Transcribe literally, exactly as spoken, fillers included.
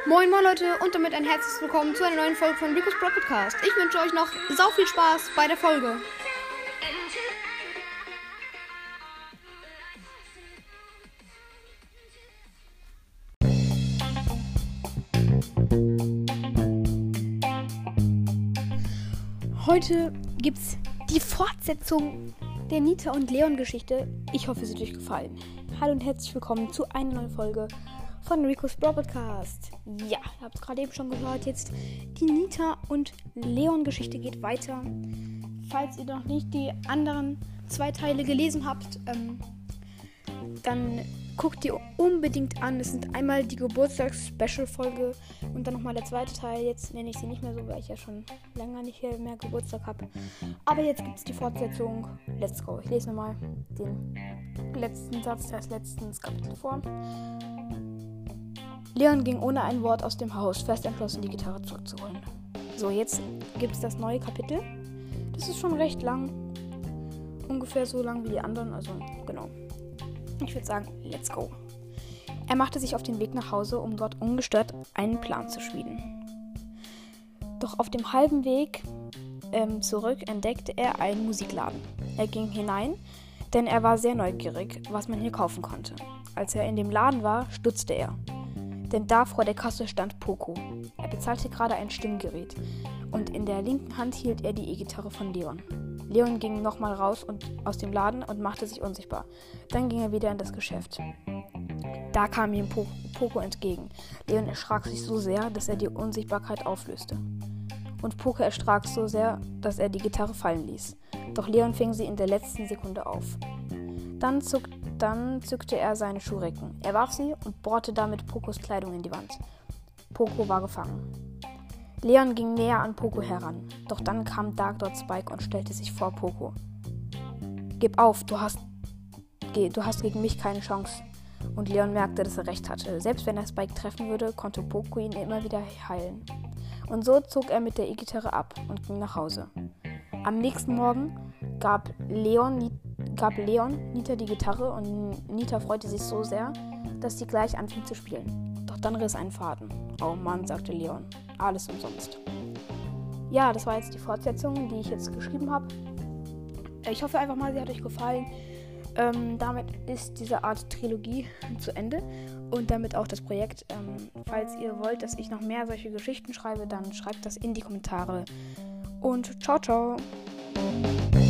Moin moin Leute und damit ein herzliches Willkommen zu einer neuen Folge von Rico's Brawl Podcast. Ich wünsche euch noch sau viel Spaß bei der Folge. Heute gibt's die Fortsetzung der Nita und Leon Geschichte. Ich hoffe, es hat euch gefallen. Hallo und herzlich willkommen zu einer neuen Folge von Rico's Brawl Podcast. Ja, ihr habt es gerade eben schon gehört, jetzt die Nita und Leon Geschichte geht weiter. Falls ihr noch nicht die anderen zwei Teile gelesen habt, ähm, dann guckt ihr unbedingt an. Es sind einmal die Geburtstags-Special-Folge und dann nochmal der zweite Teil. Jetzt nenne ich sie nicht mehr so, weil ich ja schon länger nicht mehr Geburtstag habe. Aber jetzt gibt es die Fortsetzung. Let's go. Ich lese nochmal den letzten Satz des letzten Kapitels vor. Leon ging ohne ein Wort aus dem Haus, fest entschlossen, die Gitarre zurückzuholen. So, jetzt gibt es das neue Kapitel. Das ist schon recht lang. Ungefähr so lang wie die anderen, also genau. Ich würde sagen, let's go. Er machte sich auf den Weg nach Hause, um dort ungestört einen Plan zu schmieden. Doch auf dem halben Weg ähm, zurück entdeckte er einen Musikladen. Er ging hinein, denn er war sehr neugierig, was man hier kaufen konnte. Als er in dem Laden war, stutzte er. Denn da vor der Kasse stand Poco. Er bezahlte gerade ein Stimmgerät und in der linken Hand hielt er die E-Gitarre von Leon. Leon ging nochmal raus und aus dem Laden und machte sich unsichtbar. Dann ging er wieder in das Geschäft. Da kam ihm po- Poco entgegen. Leon erschrak sich so sehr, dass er die Unsichtbarkeit auflöste. Und Poco erschrak so sehr, dass er die Gitarre fallen ließ. Doch Leon fing sie in der letzten Sekunde auf. Dann, zuck, dann zückte er seine Schuhrecken. Er warf sie und bohrte damit Pocos Kleidung in die Wand. Poco war gefangen. Leon ging näher an Poco heran. Doch dann kam Dark Dot Spike und stellte sich vor Poco. Gib auf, du hast, ge, du hast gegen mich keine Chance. Und Leon merkte, dass er recht hatte. Selbst wenn er Spike treffen würde, konnte Poco ihn immer wieder heilen. Und so zog er mit der E-Gitarre ab und ging nach Hause. Am nächsten Morgen gab Leon, gab Leon Nita die Gitarre und Nita freute sich so sehr, dass sie gleich anfing zu spielen. Doch dann riss ein Faden. Oh Mann, sagte Leon. Alles umsonst. Ja, das war jetzt die Fortsetzung, die ich jetzt geschrieben habe. Ich hoffe einfach mal, sie hat euch gefallen. Ähm, damit ist diese Art Trilogie zu Ende und damit auch das Projekt. Ähm, falls ihr wollt, dass ich noch mehr solche Geschichten schreibe, dann schreibt das in die Kommentare. Und ciao, ciao.